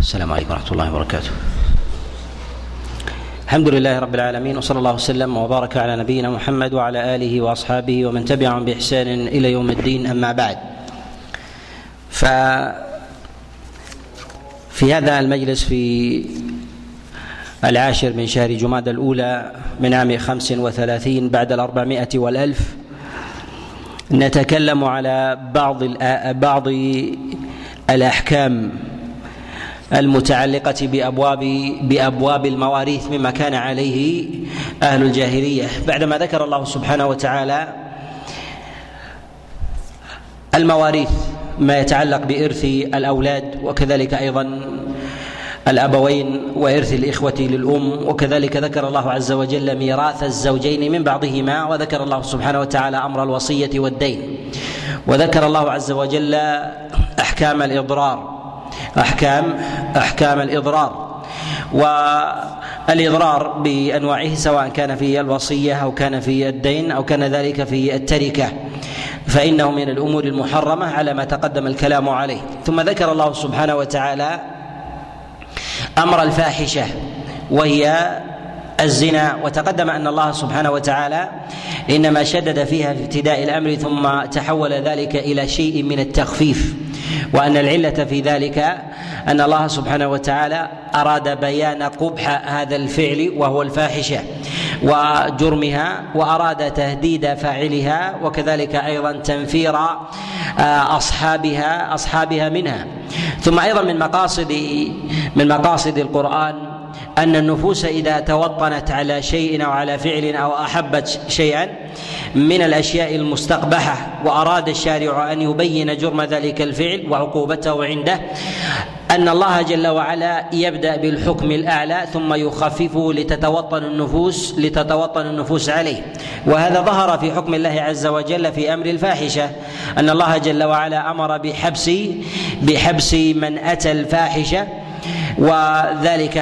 السلام عليكم ورحمة الله وبركاته. الحمد لله رب العالمين، وصلى الله وسلم وبارك على نبينا محمد وعلى آله وأصحابه ومن تبعهم بإحسان إلى يوم الدين. أما بعد، ففي هذا المجلس في 10 من شهر جمادى الأولى من عام 35 بعد 400 والألف نتكلم على بعض الأحكام المتعلقة بأبواب المواريث مما كان عليه أهل الجاهلية، بعدما ذكر الله سبحانه وتعالى المواريث ما يتعلق بإرث الأولاد، وكذلك أيضا الأبوين وإرث الإخوة للأم، وكذلك ذكر الله عز وجل ميراث الزوجين من بعضهما، وذكر الله سبحانه وتعالى أمر الوصية والدين، وذكر الله عز وجل أحكام الإضرار والإضرار بأنواعه، سواء كان في الوصية أو كان في الدين أو كان ذلك في التركة، فإنه من الأمور المحرمة على ما تقدم الكلام عليه. ثم ذكر الله سبحانه وتعالى أمر الفاحشة وهي الزنا، وتقدم أن الله سبحانه وتعالى إنما شدد فيها في ابتداء الأمر ثم تحول ذلك إلى شيء من التخفيف، وأن العلة في ذلك أن الله سبحانه وتعالى أراد بيان قبح هذا الفعل وهو الفاحشة وجرمها، وأراد تهديد فاعلها، وكذلك أيضا تنفير أصحابها منها. ثم أيضا من مقاصد القرآن أن النفوس إذا توطنت على شيء أو على فعل أو أحبت شيئا من الأشياء المستقبحة وأراد الشارع أن يبين جرم ذلك الفعل وعقوبته عنده، أن الله جل وعلا يبدأ بالحكم الأعلى ثم يخففه لتتوطن النفوس عليه. وهذا ظهر في حكم الله عز وجل في أمر الفاحشة، أن الله جل وعلا أمر بحبس من أتى الفاحشة، وذلك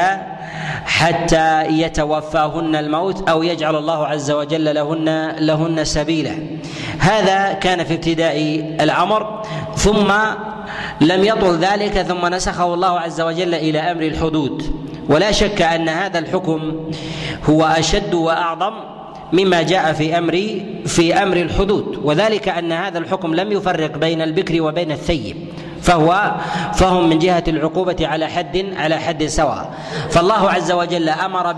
حتى يتوفاهن الموت أو يجعل الله عز وجل لهن سبيلا. هذا كان في ابتداء الأمر، ثم لم يطل ذلك ثم نسخه الله عز وجل إلى أمر الحدود. ولا شك أن هذا الحكم هو أشد وأعظم مما جاء في أمر الحدود، وذلك أن هذا الحكم لم يفرق بين البكر وبين الثيب، فهم من جهة العقوبة على حد سواء. فالله عز وجل أمر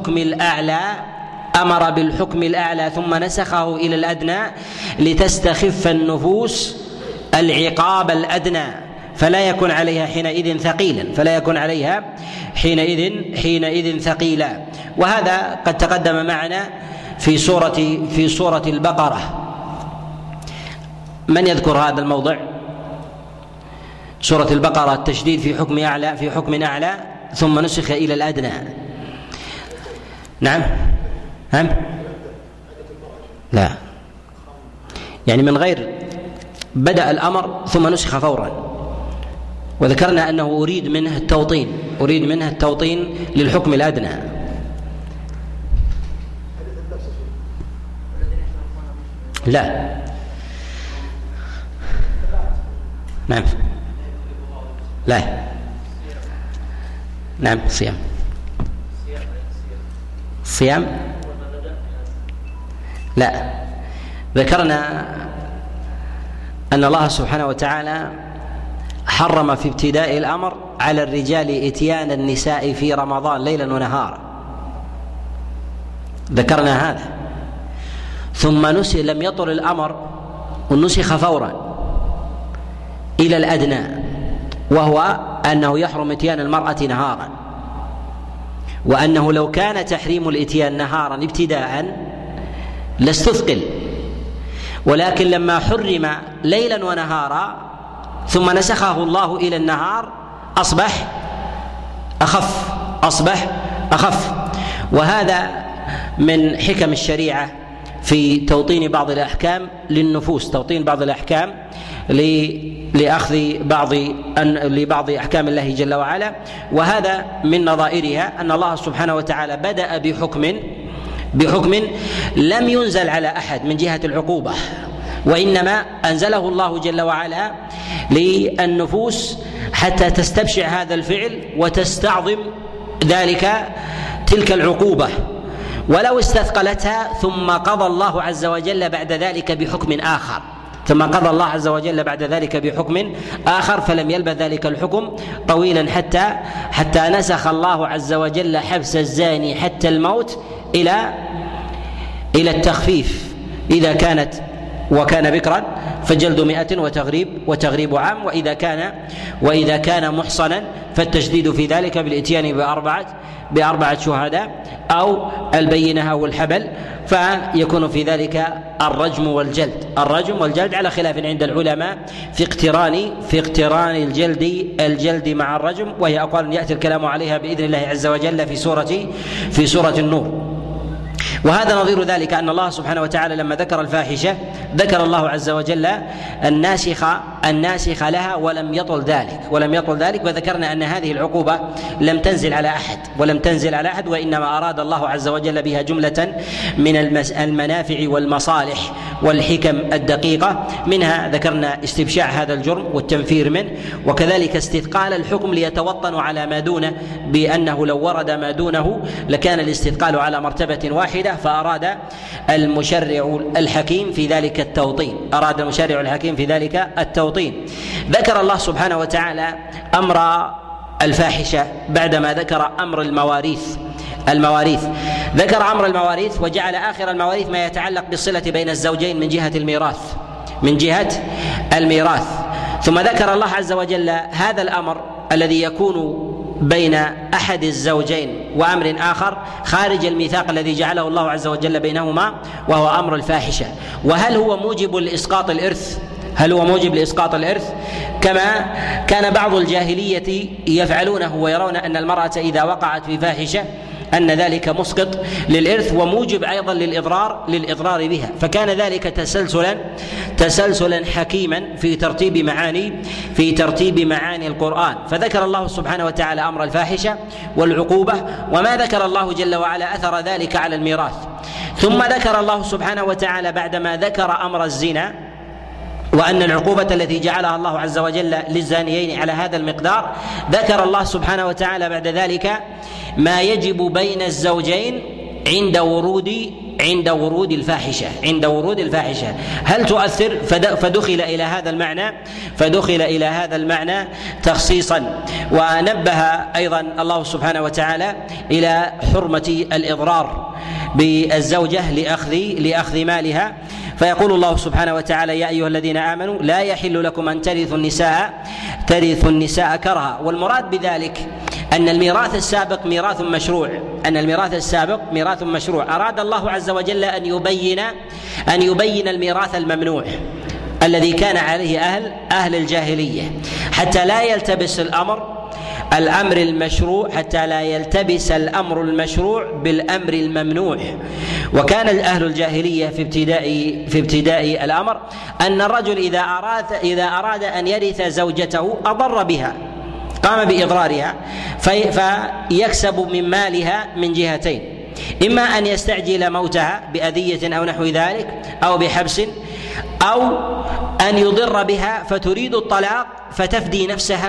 بالحكم الأعلى ثم نسخه إلى الأدنى لتستخف النفوس العقاب الأدنى، فلا يكون عليها حينئذ ثقيلا. وهذا قد تقدم معنا في سورة البقرة. من يذكر هذا الموضع؟ سورة البقرة، التشديد في حكم أعلى ثم نسخ إلى الأدنى. نعم؟ لا، يعني من غير بدأ الأمر ثم نسخ فورا، وذكرنا أنه أريد منه التوطين للحكم الأدنى. لا، نعم، لا، نعم، صيام لا، ذكرنا أن الله سبحانه وتعالى حرم في ابتداء الأمر على الرجال إتيان النساء في رمضان ليلا ونهارا، ذكرنا هذا. ثم لم يطل الأمر ونسخ فورا إلى الأدنى، وهو أنه يحرم إتيان المرأة نهارا، وأنه لو كان تحريم الإتيان نهارا ابتداء لاستثقل، ولكن لما حرم ليلا ونهارا ثم نسخه الله إلى النهار أصبح أخف. وهذا من حكم الشريعة في توطين بعض الأحكام للنفوس، توطين بعض الأحكام لأخذ لبعض أحكام الله جل وعلا. وهذا من نظائرها أن الله سبحانه وتعالى بدأ بحكم لم ينزل على أحد من جهة العقوبة، وإنما أنزله الله جل وعلا للنفوس حتى تستبشع هذا الفعل وتستعظم تلك العقوبة، ولو استثقلتها ثم قضى الله عز وجل بعد ذلك بحكم آخر فلم يلبث ذلك الحكم طويلا حتى نسخ الله عز وجل حبس الزاني حتى الموت إلى التخفيف إذا كان بكرا فجلد 100 وتغريب عام، وإذا كان محصنا فالتشديد في ذلك بالإتيان بأربعة شهداء أو البينة أو الحبل، فيكون في ذلك الرجم والجلد على خلاف عند العلماء في اقتران الجلد مع الرجم، وهي أقوال يأتي الكلام عليها بإذن الله عز وجل في سورة النور. وهذا نظير ذلك أن الله سبحانه وتعالى لما ذكر الفاحشة ذكر الله عز وجل الناسخ لها ولم يطل ذلك، وذكرنا أن هذه العقوبة لم تنزل على أحد وإنما أراد الله عز وجل بها جملة من المنافع والمصالح والحكم الدقيقة، منها ذكرنا استبشاع هذا الجرم والتنفير منه، وكذلك استثقال الحكم ليتوطن على ما دونه، بأنه لو ورد ما دونه لكان الاستثقال على مرتبة واحدة، فأراد المشرع الحكيم في ذلك التوطين. ذكر الله سبحانه وتعالى أمر الفاحشة بعدما ذكر أمر المواريث ذكر أمر المواريث وجعل آخر المواريث ما يتعلق بالصلة بين الزوجين من جهة الميراث، ثم ذكر الله عز وجل هذا الأمر الذي يكون بين أحد الزوجين وأمر آخر خارج الميثاق الذي جعله الله عز وجل بينهما، وهو أمر الفاحشة. وهل هو موجب لإسقاط الإرث كما كان بعض الجاهلية يفعلونه ويرون أن المرأة إذا وقعت في فاحشة أن ذلك مسقط للإرث وموجب أيضا للإضرار بها، فكان ذلك تسلسلا حكيما في ترتيب معاني القرآن. فذكر الله سبحانه وتعالى أمر الفاحشة والعقوبة، وما ذكر الله جل وعلا أثر ذلك على الميراث، ثم ذكر الله سبحانه وتعالى بعدما ذكر أمر الزنا وأن العقوبة التي جعلها الله عز وجل للزانيين على هذا المقدار، ذكر الله سبحانه وتعالى بعد ذلك ما يجب بين الزوجين عند ورود الفاحشة هل تؤثر، فدخل إلى هذا المعنى تخصيصا. ونبه أيضا الله سبحانه وتعالى إلى حرمة الإضرار بالزوجة لأخذ مالها، فيقول الله سبحانه وتعالى: يا أيها الذين آمنوا لا يحل لكم أن ترثوا النساء كرها. والمراد بذلك أن الميراث السابق ميراث مشروع، أراد الله عز وجل أن يبين الميراث الممنوع الذي كان عليه أهل الجاهلية، حتى لا يلتبس الأمر المشروع بالأمر الممنوع. وكان أهل الجاهلية في ابتداء الأمر أن الرجل إذا أراد أن يرث زوجته أضر بها، قام بإضرارها فيكسب من مالها من جهتين: إما أن يستعجل موتها بأذية أو نحو ذلك أو بحبس، أو أن يضر بها فتريد الطلاق فتفدي نفسها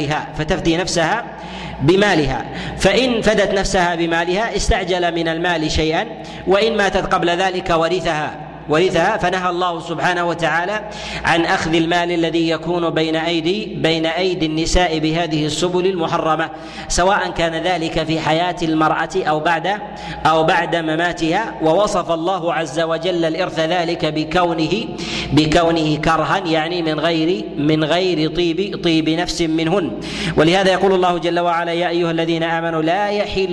بمالها، فإن فدت نفسها بمالها استعجل من المال شيئا، وإن ماتت قبل ذلك ورثها. فنهى الله سبحانه وتعالى عن أخذ المال الذي يكون بين أيدي النساء بهذه السبل المحرمة، سواء كان ذلك في حياة المرأة أو بعد مماتها. ووصف الله عز وجل الإرث ذلك بكونه كرها، يعني من غير طيب نفس منهن. ولهذا يقول الله جل وعلا: يا أيها الذين آمنوا لا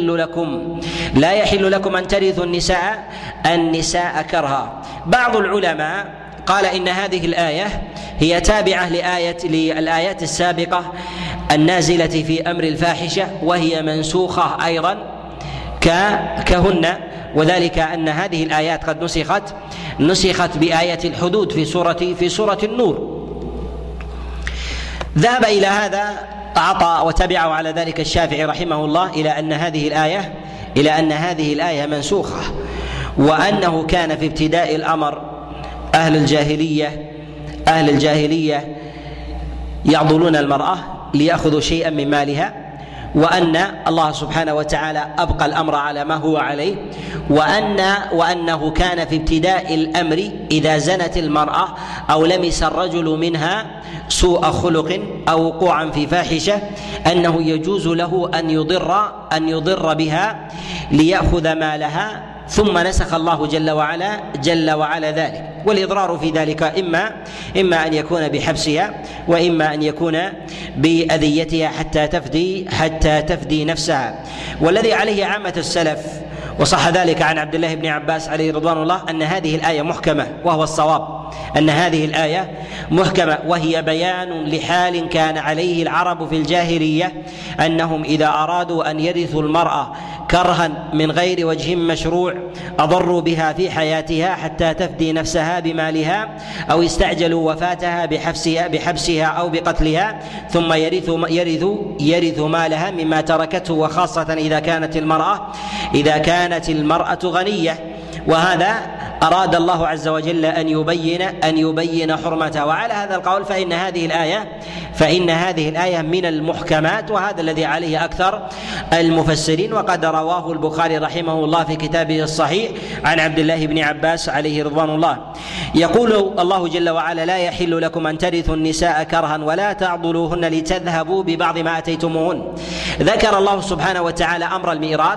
يحل لكم أن ترثوا النساء كرها. بعض العلماء قال إن هذه الآية هي تابعة للآيات السابقة النازلة في أمر الفاحشة، وهي منسوخة أيضا كهن، وذلك أن هذه الآيات قد نسخت بآية الحدود في سورة النور. ذهب إلى هذا عطاء وتبعه على ذلك الشافعي رحمه الله إلى أن هذه الآية منسوخة، وأنه كان في ابتداء الأمر أهل الجاهلية يعضلون المرأة ليأخذوا شيئا من مالها، وأن الله سبحانه وتعالى أبقى الأمر على ما هو عليه، وأنه كان في ابتداء الأمر إذا زنت المرأة أو لمس الرجل منها سوء خلق أو وقوعا في فاحشة أنه يجوز له أن يضر بها ليأخذ مالها، ثم نسخ الله جل وعلا ذلك. والإضرار في ذلك إما أن يكون بحبسها، وإما أن يكون بأذيتها حتى تفدي نفسها. والذي عليه عامة السلف، وصح ذلك عن عبد الله بن عباس عليه رضوان الله، أن هذه الآية محكمة، وهو الصواب أن هذه الآية محكمة، وهي بيان لحال كان عليه العرب في الجاهلية، أنهم إذا أرادوا أن يرثوا المرأة كرها من غير وجه مشروع أضروا بها في حياتها حتى تفدي نفسها بمالها، أو استعجلوا وفاتها بحبسها أو بقتلها، ثم يرث مالها مما تركته، وخاصة إذا كانت المرأة غنية. وهذا أراد الله عز وجل أن يبين حرمته. وعلى هذا القول فإن هذه الآية من المحكمات، وهذا الذي عليه أكثر المفسرين. وقد رواه البخاري رحمه الله في كتابه الصحيح عن عبد الله بن عباس عليه رضوان الله، يقول الله جل وعلا: لا يحل لكم أن ترثوا النساء كرها ولا تعضلوهن لتذهبوا ببعض ما آتيتموهن. ذكر الله سبحانه وتعالى أمر الميراث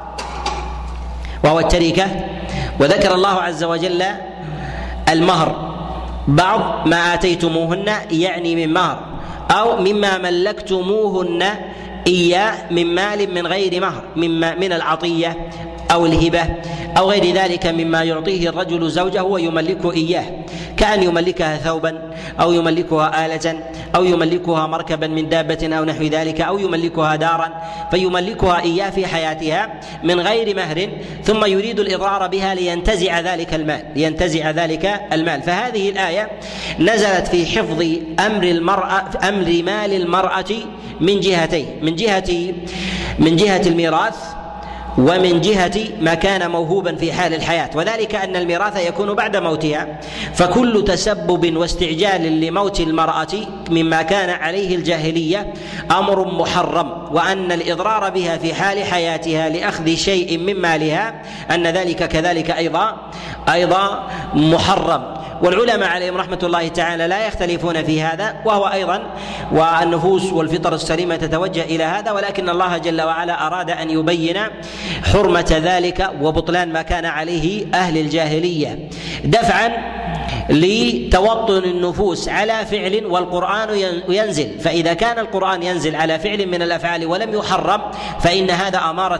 وهو التركة، وذكر الله عز وجل المهر، بعض ما آتيتموهن يعني من مهر، أو مما ملكتموهن إياه من مال من غير مهر، من العطية أو الهبة أو غير ذلك مما يعطيه الرجل زوجه ويملكه إياه، كأن يملكها ثوبا أو يملكها آلة أو يملكها مركبا من دابة أو نحو ذلك، أو يملكها دارا فيملكها إياه في حياتها من غير مهر، ثم يريد الإضرار بها لينتزع ذلك المال. فهذه الآية نزلت في حفظ أمر مال المرأة من جهتين: من جهة الميراث، ومن جهة ما كان موهوبا في حال الحياة، وذلك أن الميراث يكون بعد موتها، فكل تسبب واستعجال لموت المرأة مما كان عليه الجاهلية أمر محرم، وأن الإضرار بها في حال حياتها لأخذ شيء من مالها أن ذلك كذلك أيضا محرم. والعلماء عليهم رحمة الله تعالى لا يختلفون في هذا، وهو أيضا والنفوس والفطر السليمة تتوجه إلى هذا، ولكن الله جل وعلا أراد أن يبين حرمة ذلك وبطلان ما كان عليه أهل الجاهلية، دفعا لتوطن النفوس على فعل والقرآن ينزل. فإذا كان القرآن ينزل على فعل من الأفعال ولم يحرم فإن هذا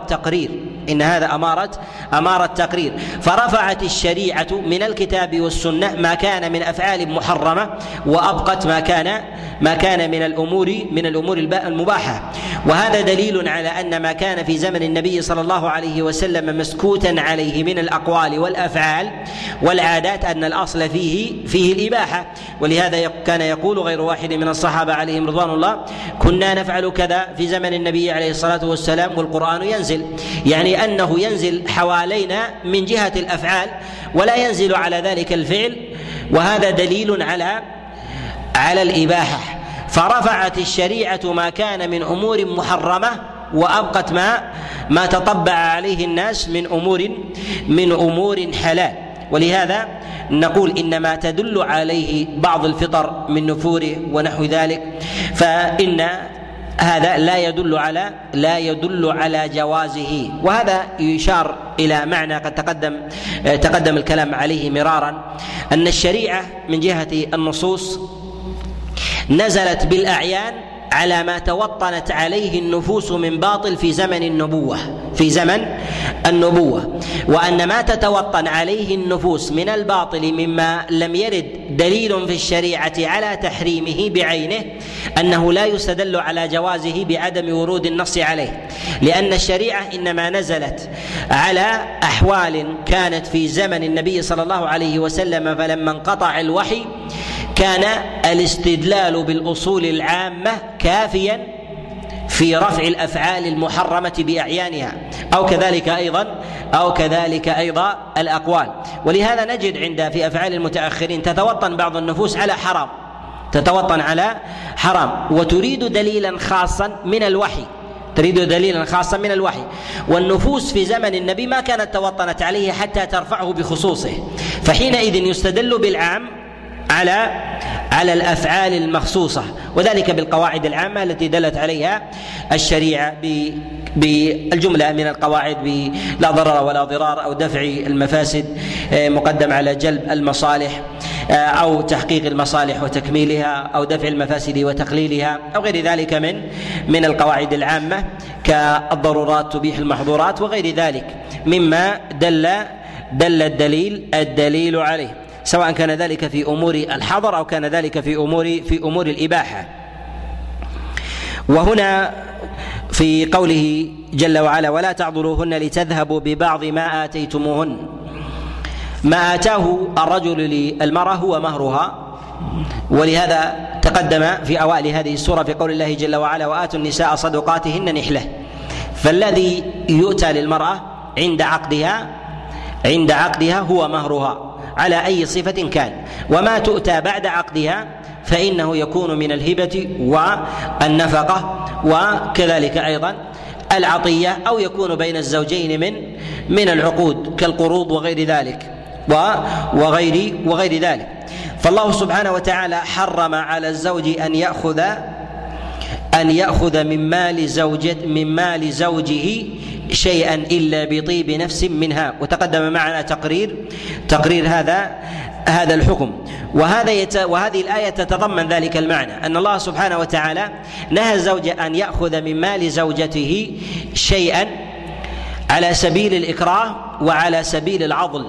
أمارة تقرير، فرفعت الشريعة من الكتاب والسنة ما كان من أفعال محرمة، وأبقت ما كان من الأمور المباحة. وهذا دليل على أن ما كان في زمن النبي صلى الله عليه وسلم مسكوتا عليه من الأقوال والأفعال والعادات أن الأصل فيه الإباحة. ولهذا كان يقول غير واحد من الصحابة عليهم رضوان الله: كنا نفعل كذا في زمن النبي عليه الصلاة والسلام والقرآن ينزل، يعني أنه ينزل حوالينا من جهة الأفعال ولا ينزل على ذلك الفعل، وهذا دليل على الإباحة. فرفعت الشريعة ما كان من أمور محرمة، وأبقت ما تطبع عليه الناس من أمور حلال. ولهذا نقول إنما تدل عليه بعض الفطر من نفوره ونحو ذلك، فإن هذا لا يدل على جوازه. وهذا يشار إلى معنى قد تقدم الكلام عليه مرارا، أن الشريعة من جهة النصوص نزلت بالأعيان على ما توطنت عليه النفوس من باطل في زمن النبوة، وأن ما تتوطن عليه النفوس من الباطل مما لم يرد دليل في الشريعة على تحريمه بعينه أنه لا يستدل على جوازه بعدم ورود النص عليه، لأن الشريعة إنما نزلت على أحوال كانت في زمن النبي صلى الله عليه وسلم، فلما انقطع الوحي كان الاستدلال بالأصول العامة كافيا في رفع الأفعال المحرمة بأعيانها، أو كذلك أيضا الأقوال. ولهذا نجد في أفعال المتأخرين تتوطن بعض النفوس على حرام تتوطن على حرام، وتريد دليلا خاصا من الوحي، تريد دليلا خاصا من الوحي. والنفوس في زمن النبي ما كانت توطنت عليه حتى ترفعه بخصوصه، فحينئذ يستدل بالعام على الأفعال المخصوصة، وذلك بالقواعد العامة التي دلت عليها الشريعة بالجملة من القواعد لا ضرر ولا ضرار، أو دفع المفاسد مقدم على جلب المصالح، أو تحقيق المصالح وتكميلها، أو دفع المفاسد وتقليلها، أو غير ذلك من القواعد العامة كالضرورات تبيح المحظورات وغير ذلك مما دل الدليل عليه، سواء كان ذلك في أمور الحظر أو كان ذلك في أمور الإباحة. وهنا في قوله جل وعلا: ولا تعضلوهن لتذهبوا ببعض ما آتيتموهن، ما آتاه الرجل للمرأة هو مهرها، ولهذا تقدم في أوائل هذه السورة في قول الله جل وعلا: وآتوا النساء صدقاتهن نحلة. فالذي يؤتى للمرأة عند عقدها هو مهرها على أي صفة كان، وما تؤتى بعد عقدها فإنه يكون من الهبة والنفقة، وكذلك أيضا العطية، أو يكون بين الزوجين من العقود كالقروض وغير ذلك وغير ذلك. فالله سبحانه وتعالى حرم على الزوج أن يأخذ من مال زوجه شيئا إلا بطيب نفس منها، وتقدم معنا تقرير هذا الحكم. وهذه الآية تتضمن ذلك المعنى، أن الله سبحانه وتعالى نهى الزوج أن يأخذ من مال زوجته شيئا على سبيل الإكراه وعلى سبيل العضل،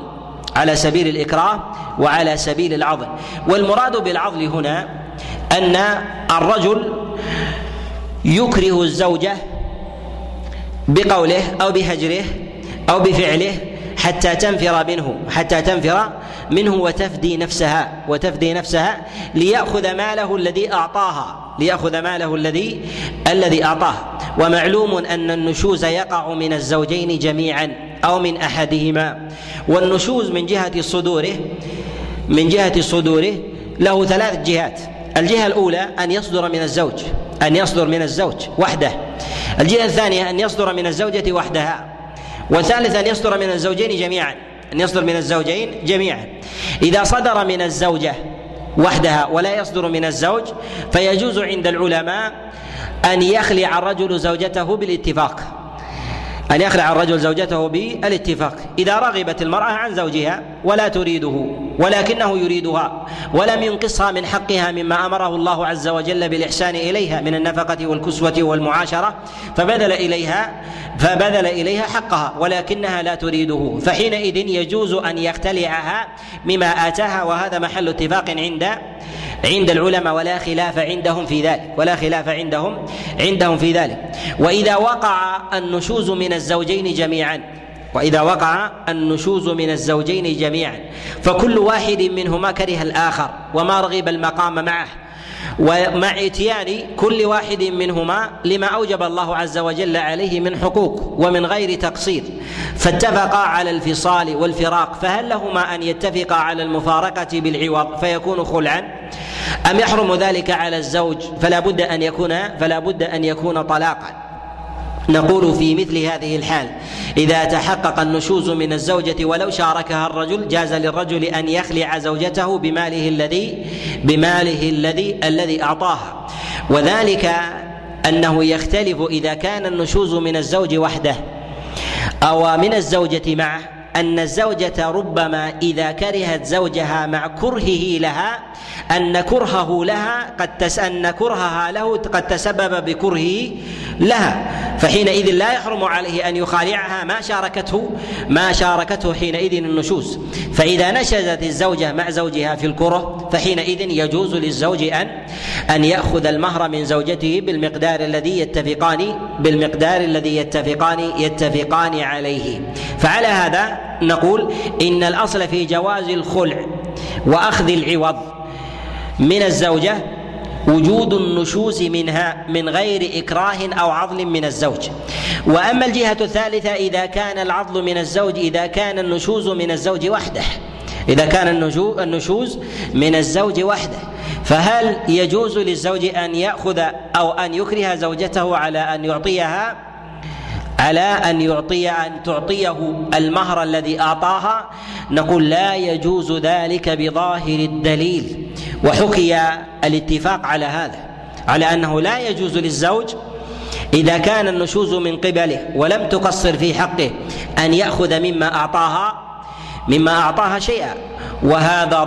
والمراد بالعضل هنا أن الرجل يكره الزوجة بقوله أو بهجره أو بفعله حتى تنفر منه وتفدي نفسها ليأخذ ماله الذي أعطاها. ومعلوم أن النشوز يقع من الزوجين جميعا أو من أحدهما، والنشوز من جهة صدوره له 3 جهات. الجهة الأولى أن يصدر من الزوج وحده، الجهة الثانية أن يصدر من الزوجة وحدها، والثالث أن يصدر من الزوجين جميعا. إذا صدر من الزوجة وحدها ولا يصدر من الزوج، فيجوز عند العلماء أن يخلع الرجل زوجته بالاتفاق، إذا رغبت المرأة عن زوجها ولا تريده ولكنه يريدها ولم ينقصها من حقها مما أمره الله عز وجل بالإحسان إليها من النفقة والكسوة والمعاشرة، فبذل إليها حقها ولكنها لا تريده، فحينئذ يجوز أن يختلعها مما آتاها، وهذا محل اتفاق عند العلماء ولا خلاف عندهم في ذلك. وإذا وقع النشوز من الزوجين جميعا فكل واحد منهما كره الآخر وما رغب المقام معه، ومع اتيان كل واحد منهما لما أوجب الله عز وجل عليه من حقوق ومن غير تقصير، فاتفقا على الفصال والفراق، فهل لهما أن يتفقا على المفارقة بالعوض فيكون خلعا، أم يحرم ذلك على الزوج فلا بد أن يكون طلاقا؟ نقول في مثل هذه الحال إذا تحقق النشوز من الزوجة ولو شاركها الرجل، جاز للرجل أن يخلع زوجته بماله الذي أعطاها، وذلك أنه يختلف إذا كان النشوز من الزوج وحده أو من الزوجة معه، أن الزوجة ربما إذا كرهت زوجها مع كرهه لها أن كرهها له قد تسبب بكرهه لها، فحينئذ لا يحرم عليه أن يخالعها ما شاركته حينئذ النشوز. فإذا نشزت الزوجة مع زوجها في الكره فحينئذ يجوز للزوج أن يأخذ المهر من زوجته بالمقدار الذي يتفقان عليه. فعلى هذا نقول إن الأصل في جواز الخلع وأخذ العوض من الزوجة وجود النشوز منها من غير إكراه أو عضل من الزوج. وأما الجهة الثالثة إذا كان العضل من الزوج، إذا كان النشوز من الزوج وحده، فهل يجوز للزوج أن يأخذ أو أن يكره زوجته على أن تعطيه المهر الذي أعطاها؟ نقول لا يجوز ذلك بظاهر الدليل، وحكي الاتفاق على هذا، على أنه لا يجوز للزوج إذا كان النشوز من قبله ولم تقصر في حقه أن يأخذ مما أعطاها شيئا، وهذا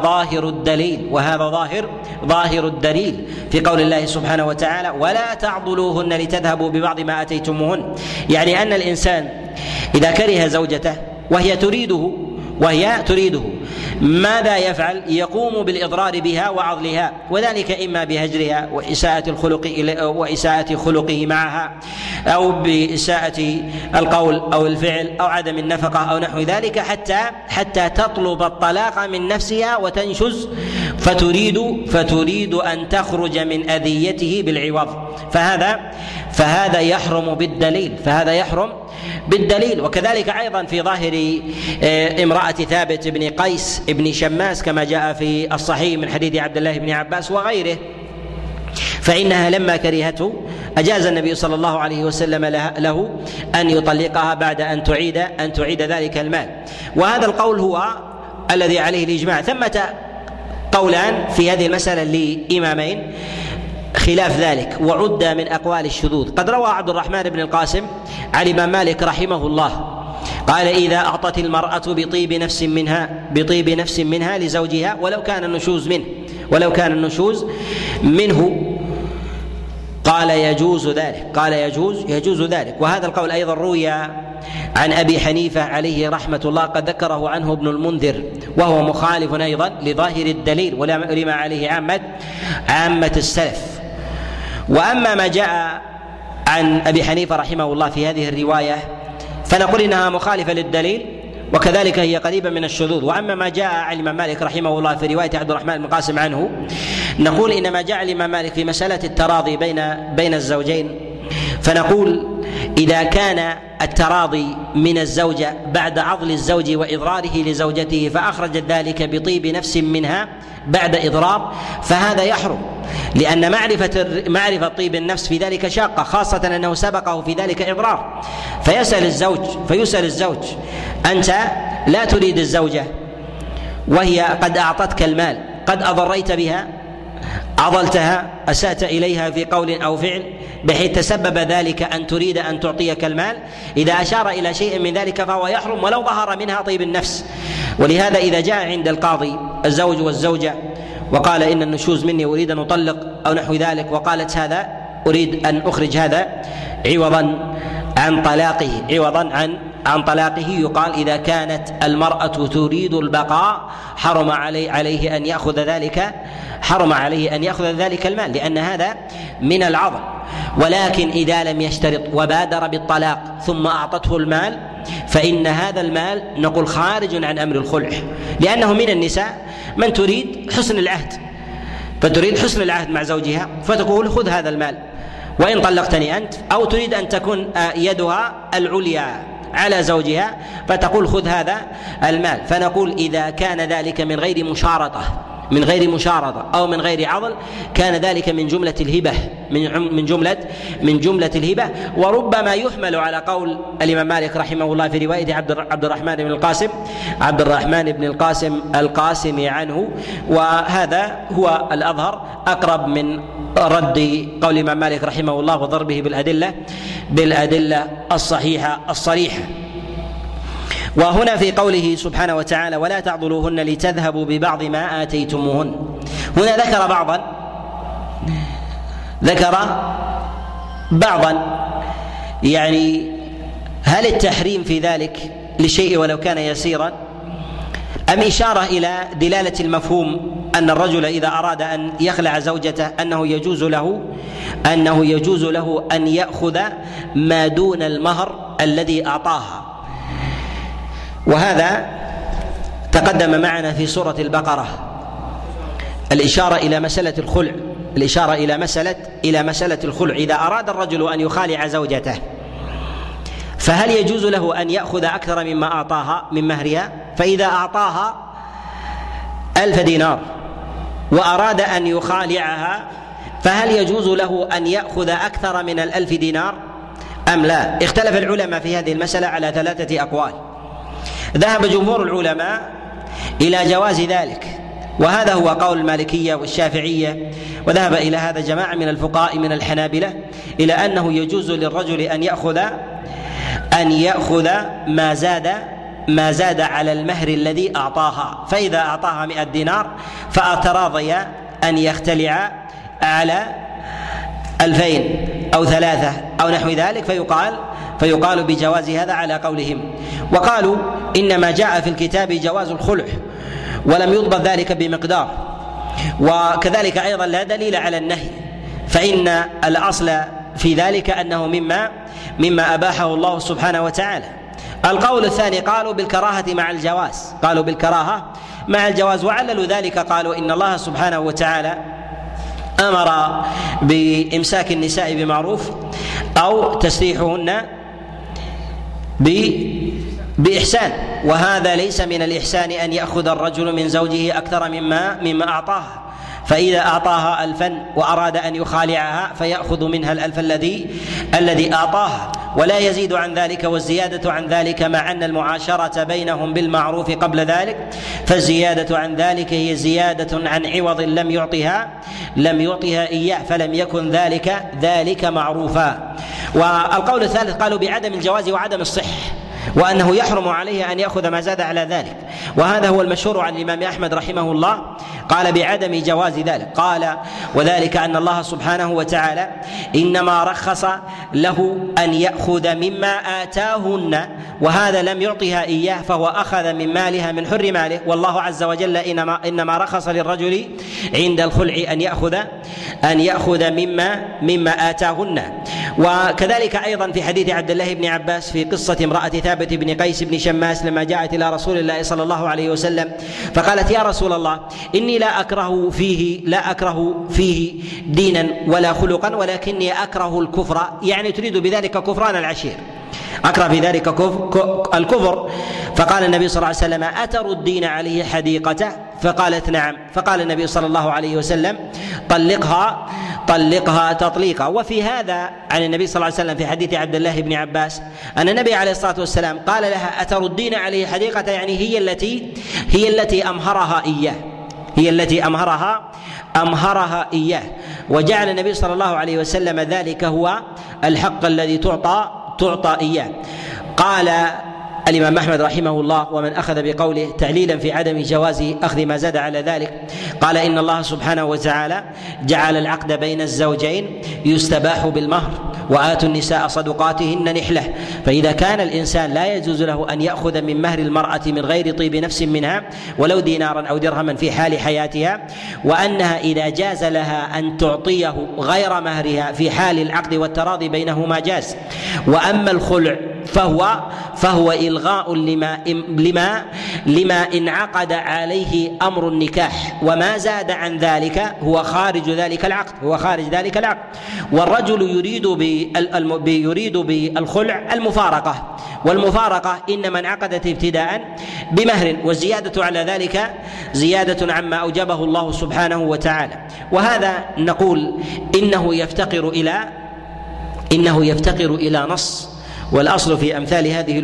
ظاهر الدليل في قول الله سبحانه وتعالى: ولا تعضلوهن لتذهبوا ببعض ما آتيتموهن. يعني أن الإنسان إذا كره زوجته وهي تريده ماذا يفعل؟ يقوم بالإضرار بها وعضلها، وذلك إما بهجرها وإساءة خلقه معها، أو بإساءة القول أو الفعل أو عدم النفقة أو نحو ذلك، حتى تطلب الطلاق من نفسها وتنشز فتريد أن تخرج من أذيته بالعوض، فهذا يحرم بالدليل. وكذلك أيضا في ظاهر امرأة ثابت بن قيس بن شماس كما جاء في الصحيح من حديث عبد الله بن عباس وغيره، فإنها لما كرهته أجاز النبي صلى الله عليه وسلم له أن يطلقها بعد أن تعيد ذلك المال. وهذا القول هو الذي عليه الإجماع. ثمة قولان في هذه المسألة لإمامين خلاف ذلك، وعد من أقوال الشذوذ. قد روى عبد الرحمن بن القاسم عن الإمام مالك رحمه الله قال: إذا أعطت المرأة بطيب نفس منها لزوجها ولو كان النشوز منه قال يجوز ذلك. وهذا القول أيضا روي عن أبي حنيفة عليه رحمة الله، قد ذكره عنه ابن المنذر، وهو مخالف أيضا لظاهر الدليل ولما عليه عامة السلف. وأما ما جاء عن أبي حنيفة رحمه الله في هذه الرواية فنقول إنها مخالفة للدليل، وكذلك هي قريبة من الشذوذ. وأما ما جاء عن الإمام مالك رحمه الله في رواية عبد الرحمن بن القاسم عنه، نقول إن ما جاء الإمام مالك في مسألة التراضي بين الزوجين، فنقول إذا كان التراضي من الزوجة بعد عضل الزوج وإضراره لزوجته فأخرجت ذلك بطيب نفس منها بعد إضرار، فهذا يحرم، لأن معرفة طيب النفس في ذلك شاقة، خاصة أنه سبقه في ذلك إضرار. فيسأل الزوج: أنت لا تريد الزوجة وهي قد أعطتك المال، قد أضريت بها، عضلتها، أسأت إليها في قول أو فعل بحيث تسبب ذلك أن تريد أن تعطيك المال. إذا أشار إلى شيء من ذلك فهو يحرم ولو ظهر منها طيب النفس. ولهذا إذا جاء عند القاضي الزوج والزوجة وقال: إن النشوز مني أريد أن أطلق أو نحو ذلك، وقالت: هذا أريد أن أخرج هذا عوضا عن طلاقه، يقال: إذا كانت المرأة تريد البقاء حرم عليه أن يأخذ ذلك المال، لأن هذا من العضل. ولكن إذا لم يشترط وبادر بالطلاق ثم أعطته المال فإن هذا المال نقول خارج عن أمر الخلع، لأنه من النساء من تريد حسن العهد مع زوجها، فتقول: خذ هذا المال وإن طلقتني أنت، أو تريد أن تكون يدها العليا على زوجها فتقول: خذ هذا المال. فنقول إذا كان ذلك من غير مشارطة أو من غير عضل كان ذلك من جملة الهبة، من جملة الهبة. وربما يحمل على قول الإمام مالك رحمه الله في رواية عبد الرحمن بن القاسم القاسم عنه، وهذا هو الأظهر، أقرب من رد قول الإمام مالك رحمه الله وضربه بالأدلة الصريحة. وهنا في قوله سبحانه وتعالى: ولا تعضلوهن لتذهبوا ببعض ما آتيتموهن، هنا ذكر بعضا، يعني هل التحريم في ذلك لشيء ولو كان يسيرا، أم إشارة إلى دلالة المفهوم أن الرجل إذا أراد أن يخلع زوجته أنه يجوز له أن يأخذ ما دون المهر الذي أعطاها. وهذا تقدم معنا في سورة البقرة الإشارة إلى مسألة الخلع. إذا أراد الرجل أن يخالع زوجته فهل يجوز له أن يأخذ أكثر مما أعطاها من مهرها؟ فإذا أعطاها 1000 دينار وأراد أن يخالعها فهل يجوز له أن يأخذ أكثر من 1000 دينار أم لا؟ اختلف العلماء في هذه المسألة على 3 أقوال. ذهب جمهور العلماء إلى جواز ذلك، وهذا هو قول المالكية والشافعية، وذهب إلى هذا جماعة من الفقهاء من الحنابلة إلى أنه يجوز للرجل أن يأخذ ما زاد على المهر الذي أعطاها، فإذا أعطاها 100 دينار فتراضي أن يختلع على 2000 أو 3 أو نحو ذلك، فيقال بجواز هذا على قولهم. وقالوا إنما جاء في الكتاب جواز الخلع ولم يضبط ذلك بمقدار، وكذلك أيضا لا دليل على النهي، فإن الأصل في ذلك أنه مما أباحه الله سبحانه وتعالى. القول الثاني قالوا بالكراهة مع الجواز، وعللوا ذلك قالوا إن الله سبحانه وتعالى أمر بإمساك النساء بمعروف أو تسريحهن بإحسان، وهذا ليس من الإحسان أن يأخذ الرجل من زوجه أكثر مما أعطاها، فإذا أعطاها 1000 وأراد أن يخالعها فيأخذ منها 1000 الذي أعطاها ولا يزيد عن ذلك، والزيادة عن ذلك مع أن المعاشرة بينهم بالمعروف قبل ذلك، فالزيادة عن ذلك هي زيادة عن عوض لم يعطها إياه، فلم يكن ذلك معروفا. والقول الثالث قالوا بعدم الجواز وعدم الصحة، وأنه يحرم عليه أن يأخذ ما زاد على ذلك، وهذا هو المشهور عن الإمام أحمد رحمه الله، قال بعدم جواز ذلك، قال وذلك أن الله سبحانه وتعالى إنما رخص له أن يأخذ مما آتاهن، وهذا لم يعطها إياه فهو أخذ من مالها من حر ماله، والله عز وجل إنما رخص للرجل عند الخلع أن يأخذ مما آتاهن. وكذلك أيضا في حديث عبد الله بن عباس في قصة امرأة ثابت بن قيس بن شماس لما جاءت إلى رسول الله صلى الله عليه وسلم فقالت يا رسول الله إني لا أكره فيه دينا ولا خلقا، ولكني أكره الكفر، يعني تريد بذلك كفران العشير، أكره في ذلك الكفر. فقال النبي صلى الله عليه وسلم أتردين عليه حديقته؟ فقالت نعم، فقال النبي صلى الله عليه وسلم طلقها تطليقا. وفي هذا عن النبي صلى الله عليه وسلم في حديث عبد الله بن عباس أن النبي عليه الصلاة والسلام قال لها أتردين عليه حديقة، يعني هي التي أمهرها إياه، وجعل النبي صلى الله عليه وسلم ذلك هو الحق الذي تعطى إياه. قال الإمام أحمد رحمه الله ومن أخذ بقوله تعليلا في عدم جواز أخذ ما زاد على ذلك، قال إن الله سبحانه وتعالى جعل العقد بين الزوجين يستباح بالمهر، وآتوا النساء صدقاتهن نحلة، فإذا كان الإنسان لا يجوز له أن يأخذ من مهر المرأة من غير طيب نفس منها ولو دينارا أو درهما في حال حياتها، وأنها إذا جاز لها أن تعطيه غير مهرها في حال العقد والتراضي بينهما جاز. وأما الخلع فهو إلغاء لما انعقد عليه أمر النكاح، وما زاد عن ذلك هو خارج ذلك العقد، والرجل يريد بالخلع المفارقة، والمفارقة إنما انعقدت ابتداء بمهر، والزيادة على ذلك زيادة عما أوجبه الله سبحانه وتعالى. وهذا نقول إنه يفتقر إلى نص، والأصل في أمثال هذه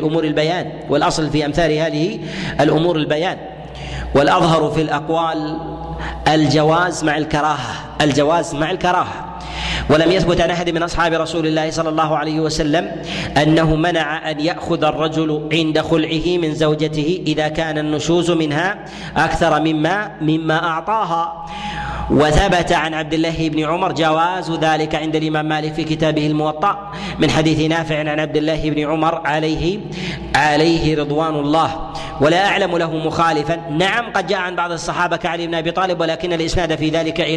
الأمور البيان، والأظهر في الأقوال الجواز مع الكراهة، ولم يثبت عن أحد من أصحاب رسول الله صلى الله عليه وسلم أنه منع أن يأخذ الرجل عند خلعه من زوجته إذا كان النشوز منها أكثر مما أعطاها. وثبت عن عبد الله بن عمر جواز ذلك عند الإمام مالك في كتابه الموطأ من حديث نافع عن عبد الله بن عمر عليه رضوان الله، ولا أعلم له مخالفا. نعم قد جاء عن بعض الصحابة كعلي بن أبي طالب، ولكن الإسناد في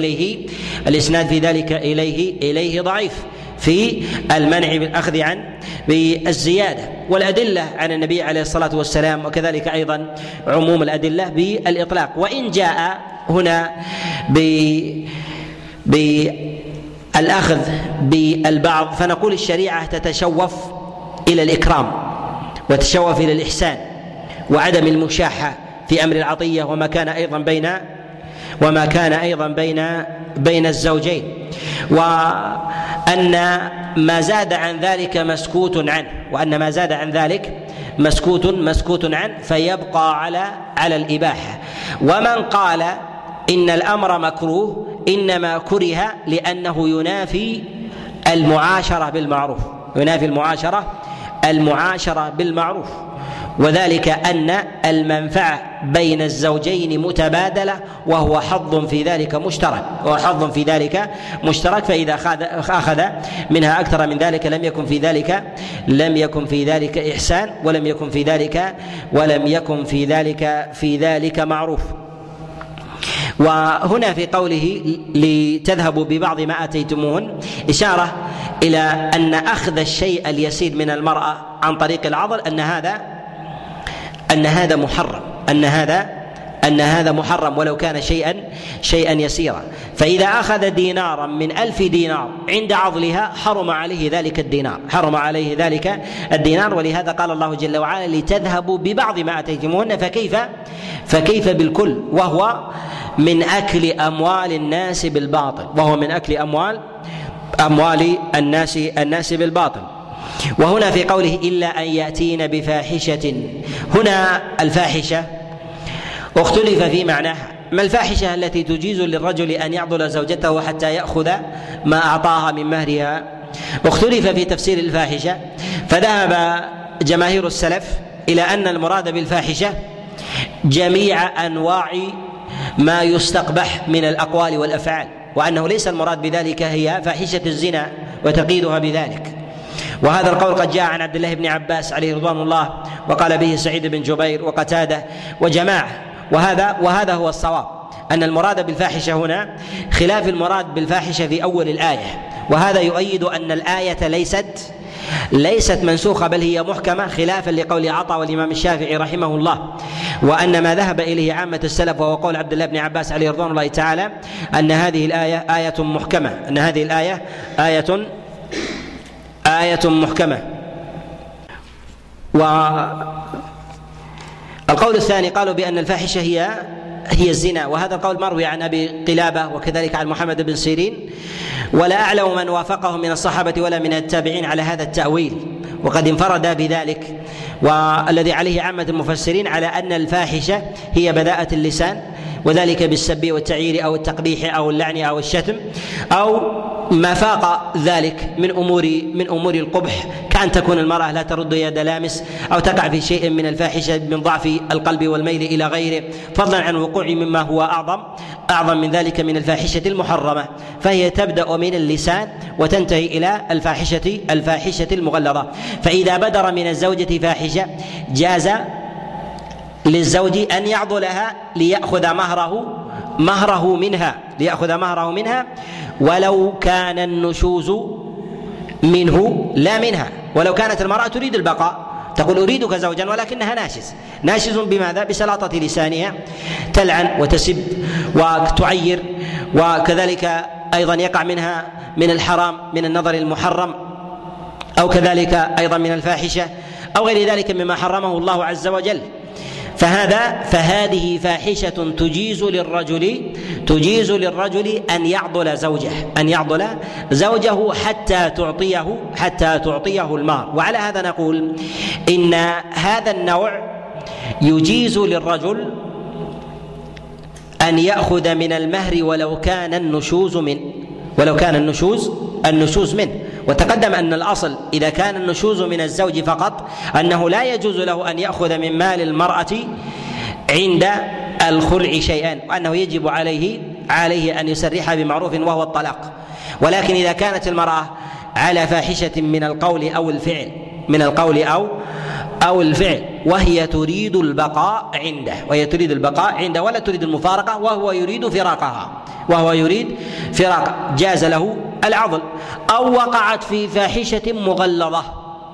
ذلك إليه ضعيف في المنع بالأخذ بالزيادة، والأدلة عن النبي عليه الصلاة والسلام، وكذلك أيضا عموم الأدلة بالإطلاق. وإن جاء هنا بالأخذ بالبعض فنقول الشريعة تتشوف إلى الإكرام وتتشوف إلى الإحسان وعدم المشاحة في أمر العطية، وما كان أيضا وما كان أيضا بين الزوجين، وأن ما زاد عن ذلك مسكوت عنه، وأن ما زاد عن ذلك مسكوت عنه، فيبقى على الإباحة. ومن قال إن الأمر مكروه إنما كره لأنه ينافي المعاشرة بالمعروف، وذلك أن المنفعة بين الزوجين متبادلة، وهو حظ في ذلك مشترك، فإذا أخذ منها أكثر من ذلك لم يكن في ذلك إحسان، ولم يكن في ذلك معروف. وهنا في قوله لتذهبوا ببعض ما آتيتموهن إشارة إلى أن أخذ الشيء اليسير من المرأة عن طريق العضل أن هذا محرم ولو كان شيئا يسيرا. فإذا أخذ دينارا من 1000 دينار عند عضلها حرم عليه ذلك الدينار، ولهذا قال الله جل وعلا لتذهبوا ببعض ما آتيتموهن، فكيف بالكل، وهو من أكل أموال الناس بالباطل. وهنا في قوله إلا أن يأتين بفاحشة، هنا الفاحشة اختلف في معناها. ما الفاحشة التي تجيز للرجل أن يعضل زوجته حتى يأخذ ما أعطاها من مهرها؟ اختلف في تفسير الفاحشة، فذهب جماهير السلف إلى أن المراد بالفاحشة جميع أنواع ما يستقبح من الأقوال والأفعال، وأنه ليس المراد بذلك هي فاحشة الزنا وتقييدها بذلك. وهذا القول قد جاء عن عبد الله بن عباس عليه رضوان الله، وقال به سعيد بن جبير وقتادة وجماعة، وهذا هو الصواب، أن المراد بالفاحشة هنا خلاف المراد بالفاحشة في أول الآية. وهذا يؤيد أن الآية ليست منسوخة بل هي محكمة، خلافا لقول عطاء والإمام الشافعي رحمه الله، وأن ما ذهب إليه عامة السلف وهو قول عبد الله بن عباس عليه رضوان الله تعالى أن هذه الآية آية محكمة، آية محكمة. والقول الثاني قالوا بأن الفاحشة هي الزنا، وهذا القول مروي عن أبي قلابة وكذلك عن محمد بن سيرين، ولا أعلم من وافقه من الصحابة ولا من التابعين على هذا التأويل، وقد انفرد بذلك. والذي عليه عامة المفسرين على أن الفاحشة هي بذاءة اللسان، وذلك بالسب والتعيير أو التقبيح أو اللعن أو الشتم أو ما فاق ذلك من أمور القبح، كأن تكون المرأة لا ترد يد لامس، أو تقع في شيء من الفاحشة من ضعف القلب والميل إلى غيره، فضلا عن وقوع مما هو أعظم من ذلك من الفاحشة المحرمة، فهي تبدأ من اللسان وتنتهي إلى الفاحشة المغلظة. فإذا بدر من الزوجة فاحشة جاز للزوج أن يعضلها ليأخذ مهره منها ولو كان النشوز منه لا منها. ولو كانت المرأة تريد البقاء تقول أريدك زوجا ولكنها ناشز بماذا؟ بسلاطة لسانها، تلعن وتسب وتعير، وكذلك أيضا يقع منها من الحرام من النظر المحرم، أو كذلك أيضا من الفاحشة أو غير ذلك مما حرمه الله عز وجل. فهذه فاحشة تجيز للرجل أن يعضل زوجه حتى تعطيه المهر. وعلى هذا نقول إن هذا النوع يجيز للرجل أن يأخذ من المهر ولو كان النشوز منه. وتقدم أن الأصل إذا كان النشوز من الزوج فقط أنه لا يجوز له أن يأخذ من مال المرأة عند الخلع شيئا، وأنه يجب عليه أن يسرحها بمعروف وهو الطلاق. ولكن إذا كانت المرأة على فاحشة من القول أو الفعل وهي تريد البقاء عنده ولا تريد المفارقة وهو يريد فراقها جاز له العضل. أو وقعت في فاحشة مغلظة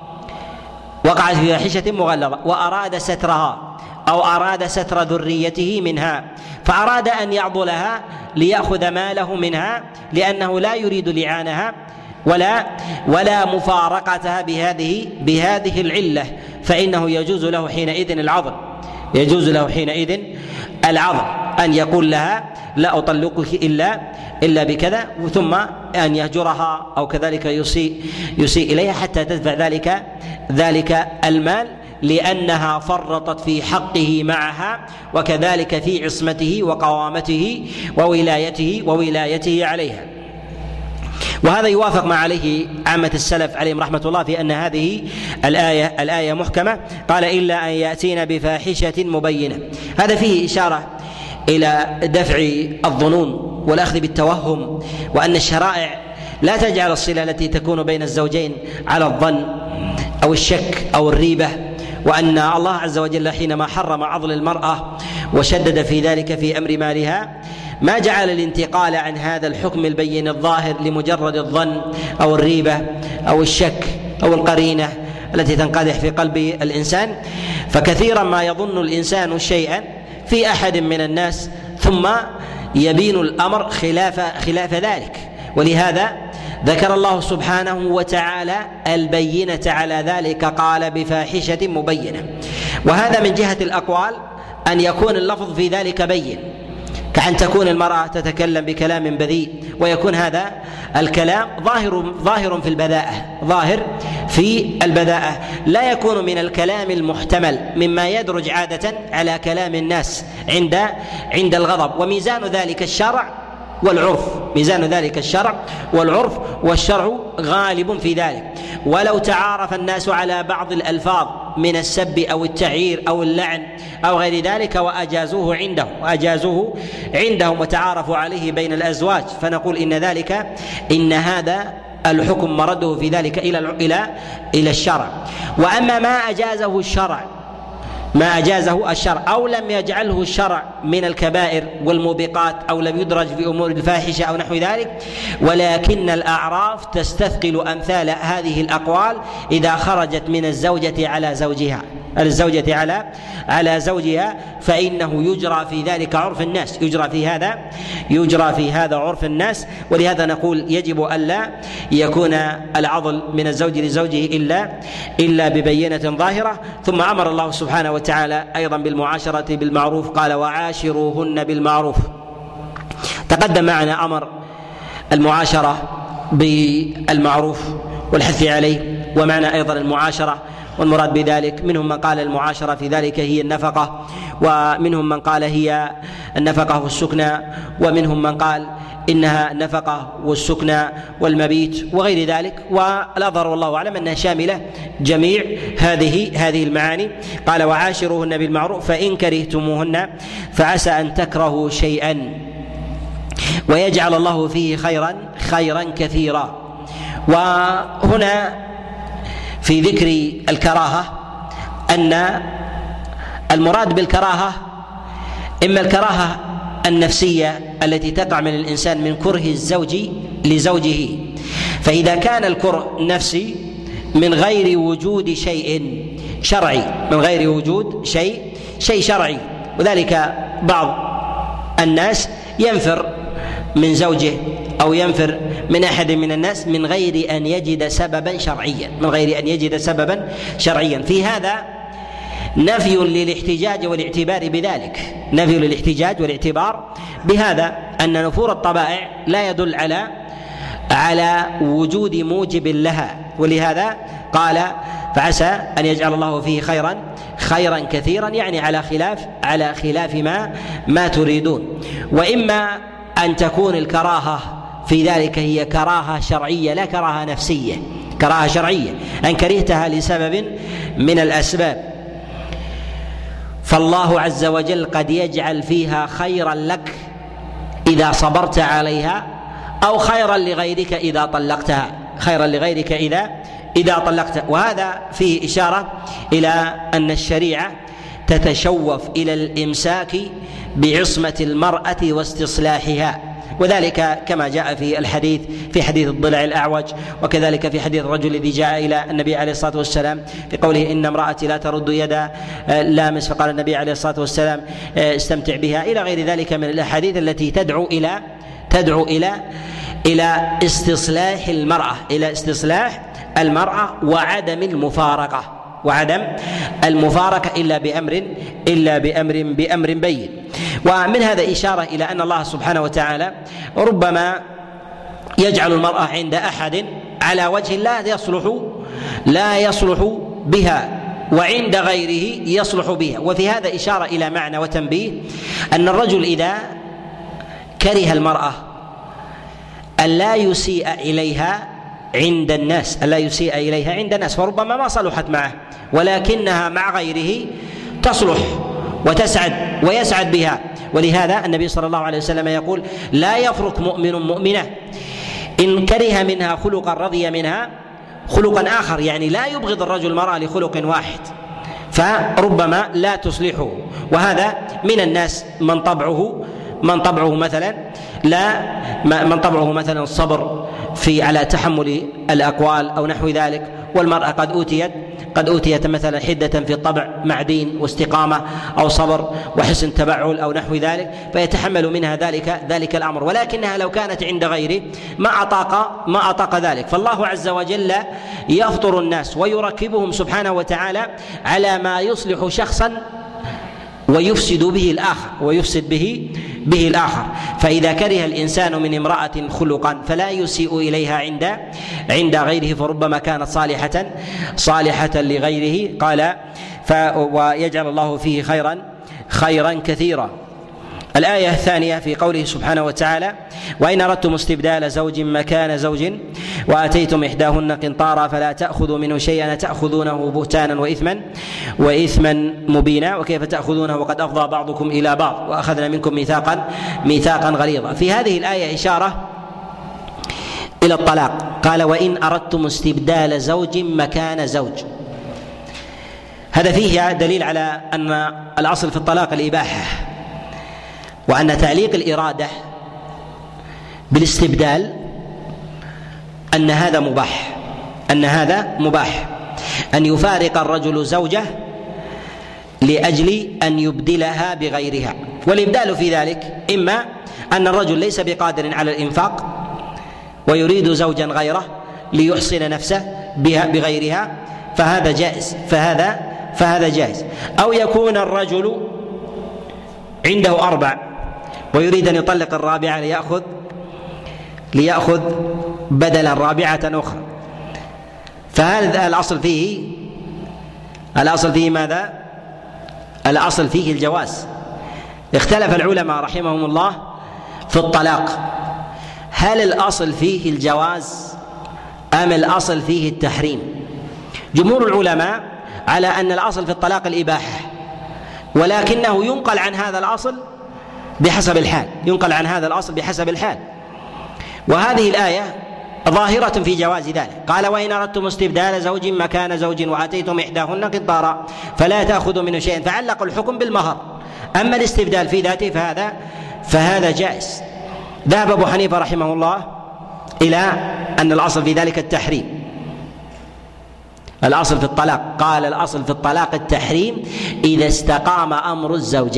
وأراد سترها أو أراد ستر ذريته منها، فأراد أن يعضلها ليأخذ ماله منها لأنه لا يريد لعانها ولا مفارقتها بهذه العلة، فإنه يجوز له حينئذ العضل. أن يقول لها لا أطلقك إلا بكذا، ثم أن يهجرها أو كذلك يسيء إليها حتى تدفع ذلك المال، لأنها فرطت في حقه معها، وكذلك في عصمته وقوامته وولايته عليها. وهذا يوافق ما عليه عامة السلف عليهم رحمة الله في أن هذه الآية محكمة. قال إلا أن يأتين بفاحشة مبينة. هذا فيه إشارة إلى دفع الظنون والأخذ بالتوهم، وأن الشرائع لا تجعل الصلة التي تكون بين الزوجين على الظن أو الشك أو الريبة، وأن الله عز وجل حينما حرم عضل المرأة وشدد في ذلك في أمر مالها ما جعل الانتقال عن هذا الحكم البين الظاهر لمجرد الظن أو الريبة أو الشك أو القرينة التي تنقدح في قلب الإنسان. فكثيرا ما يظن الإنسان شيئا في أحد من الناس ثم يبين الأمر خلاف ذلك، ولهذا ذكر الله سبحانه وتعالى البينة على ذلك، قال بفاحشة مبينة. وهذا من جهة الأقوال أن يكون اللفظ في ذلك بين، كأن تكون المرأة تتكلم بكلام بذيء ويكون هذا الكلام ظاهر في البذاءة، لا يكون من الكلام المحتمل مما يدرج عادة على كلام الناس عند الغضب. وميزان ذلك الشرع والعرف والشرع غالب في ذلك. ولو تعارف الناس على بعض الألفاظ من السب أو التعيير أو اللعن أو غير ذلك وأجازوه عندهم وتعارفوا عليه بين الأزواج، فنقول إن هذا الحكم مرده في ذلك إلى الشرع. وأما ما أجازه الشرع أو لم يجعله الشرع من الكبائر والموبقات أو لم يدرج في أمور الفاحشة أو نحو ذلك، ولكن الأعراف تستثقل أمثال هذه الأقوال إذا خرجت من الزوجة على زوجها فإنه يجرى في ذلك عرف الناس، يجرى في هذا عرف الناس. ولهذا نقول يجب ألا يكون العضل من الزوج لزوجه إلا ببينة ظاهرة. ثم أمر الله سبحانه وتعالى أيضا بالمعاشرة بالمعروف، قال وعاشروهن بالمعروف. تقدم معنا أمر المعاشرة بالمعروف والحث عليه، ومعنى أيضا المعاشرة، والمراد بذلك منهم من قال المعاشرة في ذلك هي النفقة، ومنهم من قال هي النفقة والسكنى، ومنهم من قال إنها النفقة والسكنى والمبيت وغير ذلك. والأظهر والله أعلم أنها شاملة جميع هذه المعاني. قال وعاشروهن بالمعروف فإن كرهتموهن فعسى أن تكرهوا شيئا ويجعل الله فيه خيرا كثيرا. وهنا في ذكر الكراهة أن المراد بالكراهة إما الكراهة النفسية التي تقع من الإنسان من كره الزوج لزوجه، فإذا كان الكره نفسي من غير وجود شيء شرعي، شيء شرعي، وذلك بعض الناس ينفر من زوجه أو ينفر من أحد من الناس من غير أن يجد سببا شرعيا، في هذا نفي للاحتجاج والاعتبار بهذا أن نفور الطبائع لا يدل على وجود موجب لها. ولهذا قال فعسى أن يجعل الله فيه خيرا كثيرا، يعني على خلاف ما تريدون. وإما أن تكون الكراهة في ذلك هي كراهة شرعية لا كراهة نفسية، كراهة شرعية أن كرهتها لسبب من الأسباب، فالله عز وجل قد يجعل فيها خيرا لك إذا صبرت عليها، أو خيرا لغيرك إذا طلقتها. وهذا فيه إشارة إلى أن الشريعة تتشوف إلى الإمساك بعصمة المرأة واستصلاحها، وذلك كما جاء في حديث الضلع الأعوج، وكذلك في حديث الرجل الذي جاء إلى النبي عليه الصلاة والسلام في قوله إن امرأتي لا ترد يد لامس، فقال النبي عليه الصلاة والسلام استمتع بها، إلى غير ذلك من الأحاديث التي تدعو إلى استصلاح المرأة وعدم المفارقة. وعدم المفارقة إلا بأمر بين. ومن هذا إشارة إلى أن الله سبحانه وتعالى ربما يجعل المرأة عند أحد على وجه لا يصلح بها، وعند غيره يصلح بها. وفي هذا إشارة إلى معنى وتنبيه أن الرجل إذا كره المرأة ألا يسيء إليها عند الناس، فربما ما صلحت معه ولكنها مع غيره تصلح ويسعد بها. ولهذا النبي صلى الله عليه وسلم يقول: لا يفرق مؤمن مؤمنة إن كره منها خلقا رضي منها خلقا آخر، يعني لا يبغض الرجل المرأة لخلق واحد فربما لا تصلحه. وهذا من الناس من طبعه مثلا الصبر على تحمل الأقوال أو نحو ذلك، والمرأة قد أوتيت مثلا حدة في الطبع مع دين واستقامة أو صبر وحسن تبعل أو نحو ذلك، فيتحمل منها ذلك الأمر، ولكنها لو كانت عند غيره ما أطاق ذلك. فالله عز وجل يفطر الناس ويركبهم سبحانه وتعالى على ما يصلح شخصا ويفسد به الآخر. فإذا كره الإنسان من امرأة خلقا فلا يسيء إليها عند غيره، فربما كانت صالحة لغيره. قال: ويجعل الله فيه خيرا كثيرا. الآية الثانية في قوله سبحانه وتعالى: وإن أردتم استبدال زوج مكان زوج وآتيتم إحداهن قنطارا فلا تأخذوا منه شيئا تأخذونه بهتانا وإثما مبينا وكيف تأخذونه وقد أفضى بعضكم إلى بعض وأخذنا منكم ميثاقا غليظا. في هذه الآية إشارة إلى الطلاق. قال: وإن أردتم استبدال زوج مكان زوج. هذا فيه دليل على أن الأصل في الطلاق الإباحة، وأن تعليق الإرادة بالاستبدال أن هذا مباح، أن يفارق الرجل زوجه لأجل أن يبدلها بغيرها. والإبدال في ذلك إما أن الرجل ليس بقادر على الإنفاق ويريد زوجا غيره ليحصن نفسه بغيرها فهذا جائز، أو يكون الرجل عنده 4 ويريد أن يطلق الرابعة ليأخذ بدلا رابعة أخرى، فهذا الأصل فيه ماذا؟ الأصل فيه الجواز. اختلف العلماء رحمهم الله في الطلاق، هل الأصل فيه الجواز أم الأصل فيه التحريم؟ جمهور العلماء على أن الأصل في الطلاق الإباحة، ولكنه ينقل عن هذا الأصل بحسب الحال، وهذه الآية ظاهرة في جواز ذلك. قال: وإن أردتم استبدال زوج مكان زوج وآتيتم إحداهن قنطارا فلا تأخذوا منه شيئا، فعلق الحكم بالمهر. أما الاستبدال في ذاته فهذا جائز. ذهب أبو حنيفة رحمه الله إلى أن الأصل في ذلك التحريم. الأصل في الطلاق، قال: الأصل في الطلاق التحريم إذا استقام أمر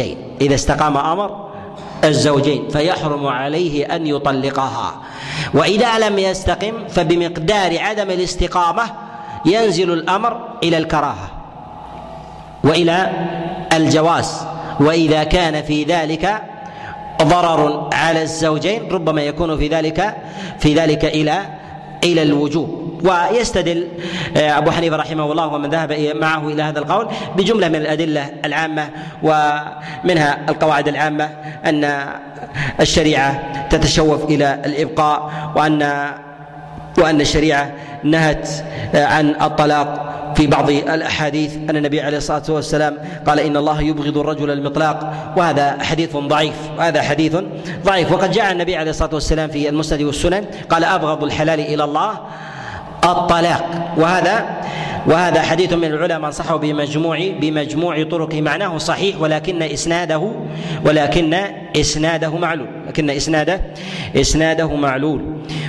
الزوجين فيحرم عليه أن يطلقها، وإذا لم يستقم فبمقدار عدم الاستقامة ينزل الأمر إلى الكراهة وإلى الجواز. وإذا كان في ذلك ضرر على الزوجين ربما يكون في ذلك إلى الوجوب. ويستدل أبو حنيفة رحمه الله ومن ذهب معه إلى هذا القول بجملة من الأدلة العامة، ومنها القواعد العامة أن الشريعة تتشوف إلى الإبقاء، وأن الشريعة نهت عن الطلاق في بعض الأحاديث، أن النبي عليه الصلاة والسلام قال: إن الله يبغض الرجل المطلاق، وهذا حديث ضعيف. وقد جاء النبي عليه الصلاة والسلام في المسند والسنن قال: أبغض الحلال إلى الله الطلاق. وهذا حديث من العلماء صحه بمجموع طرقه، معناه صحيح ولكن إسناده معلول.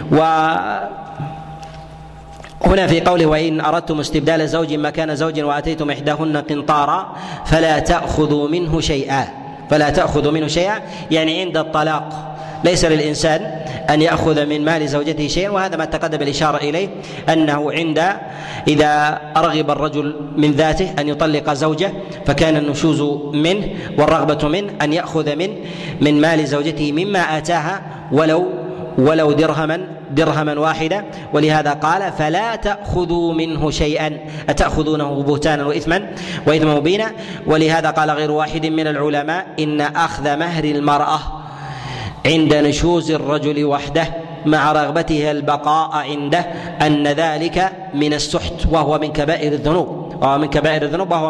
وهنا في قوله: وإن أردتم استبدال زوج مكان زوج وآتيتم إحداهن قنطارا فلا تأخذوا منه شيئا، يعني عند الطلاق ليس للإنسان أن يأخذ من مال زوجته شيئا، وهذا ما تقدم الإشارة إليه، أنه إذا رغب الرجل من ذاته أن يطلق زوجه فكان النشوز منه والرغبة منه أن يأخذ من مال زوجته مما آتاها ولو درهما واحدا. ولهذا قال فلا تأخذوا منه شيئا أتأخذونه بهتانا وإثما مبينا. ولهذا قال غير واحد من العلماء إن أخذ مهر المرأة عند نشوز الرجل وحده مع رغبتها البقاء عنده أن ذلك من السحت وهو من كبائر الذنوب وهو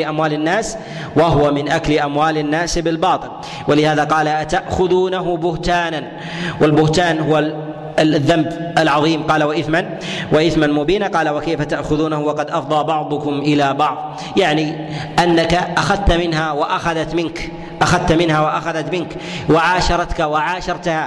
من أكل أموال الناس بالباطل. ولهذا قال أتأخذونه بهتانا، والبهتان هو الذنب العظيم، قال وإثما مبينا. قال وكيف تأخذونه وقد أفضى بعضكم إلى بعض، يعني أنك أخذت منها وأخذت منك وعاشرتك وعاشرتها.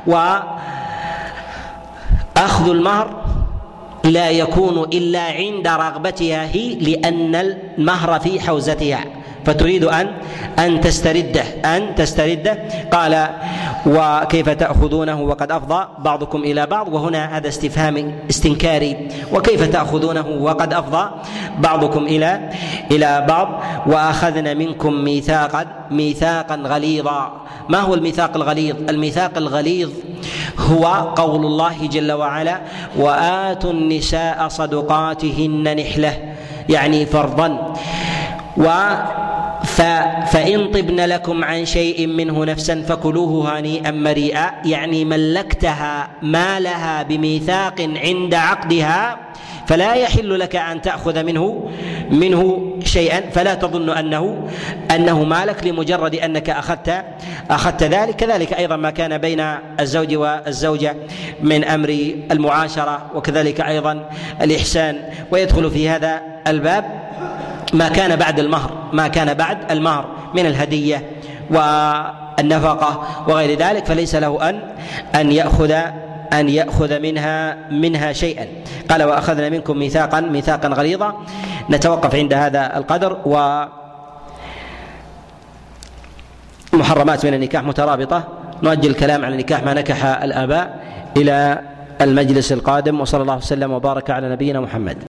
وأخذ المهر لا يكون إلا عند رغبتها هي، لأن المهر في حوزتها فتريد أن تسترده. قال وكيف تأخذونه وقد أفضى بعضكم إلى بعض، وهنا هذا استفهام استنكاري، وكيف تأخذونه وقد أفضى بعضكم إلى بعض. وأخذنا منكم ميثاقا غليظا. ما هو الميثاق الغليظ؟ الميثاق الغليظ هو قول الله جل وعلا وآتوا النساء صدقاتهن نحلة، يعني فرضا. فإن طبن لكم عن شيء منه نفسا فكلوه هنيئا مريئا، يعني ملكتها مالها بميثاق عند عقدها فلا يحل لك أن تأخذ منه شيئا، فلا تظن أنه مالك لمجرد أنك أخذت ذلك. كذلك أيضا ما كان بين الزوج والزوجة من أمر المعاشرة، وكذلك أيضا الإحسان. ويدخل في هذا الباب ما كان بعد المهر من الهدية والنفقة وغير ذلك، فليس له أن يأخذ منها شيئا. قال وأخذنا منكم ميثاقا غليظا. نتوقف عند هذا القدر. ومحرمات من النكاح مترابطة، نؤجل الكلام عن النكاح ما نكح الآباء إلى المجلس القادم. وصلى الله وسلم وبارك على نبينا محمد.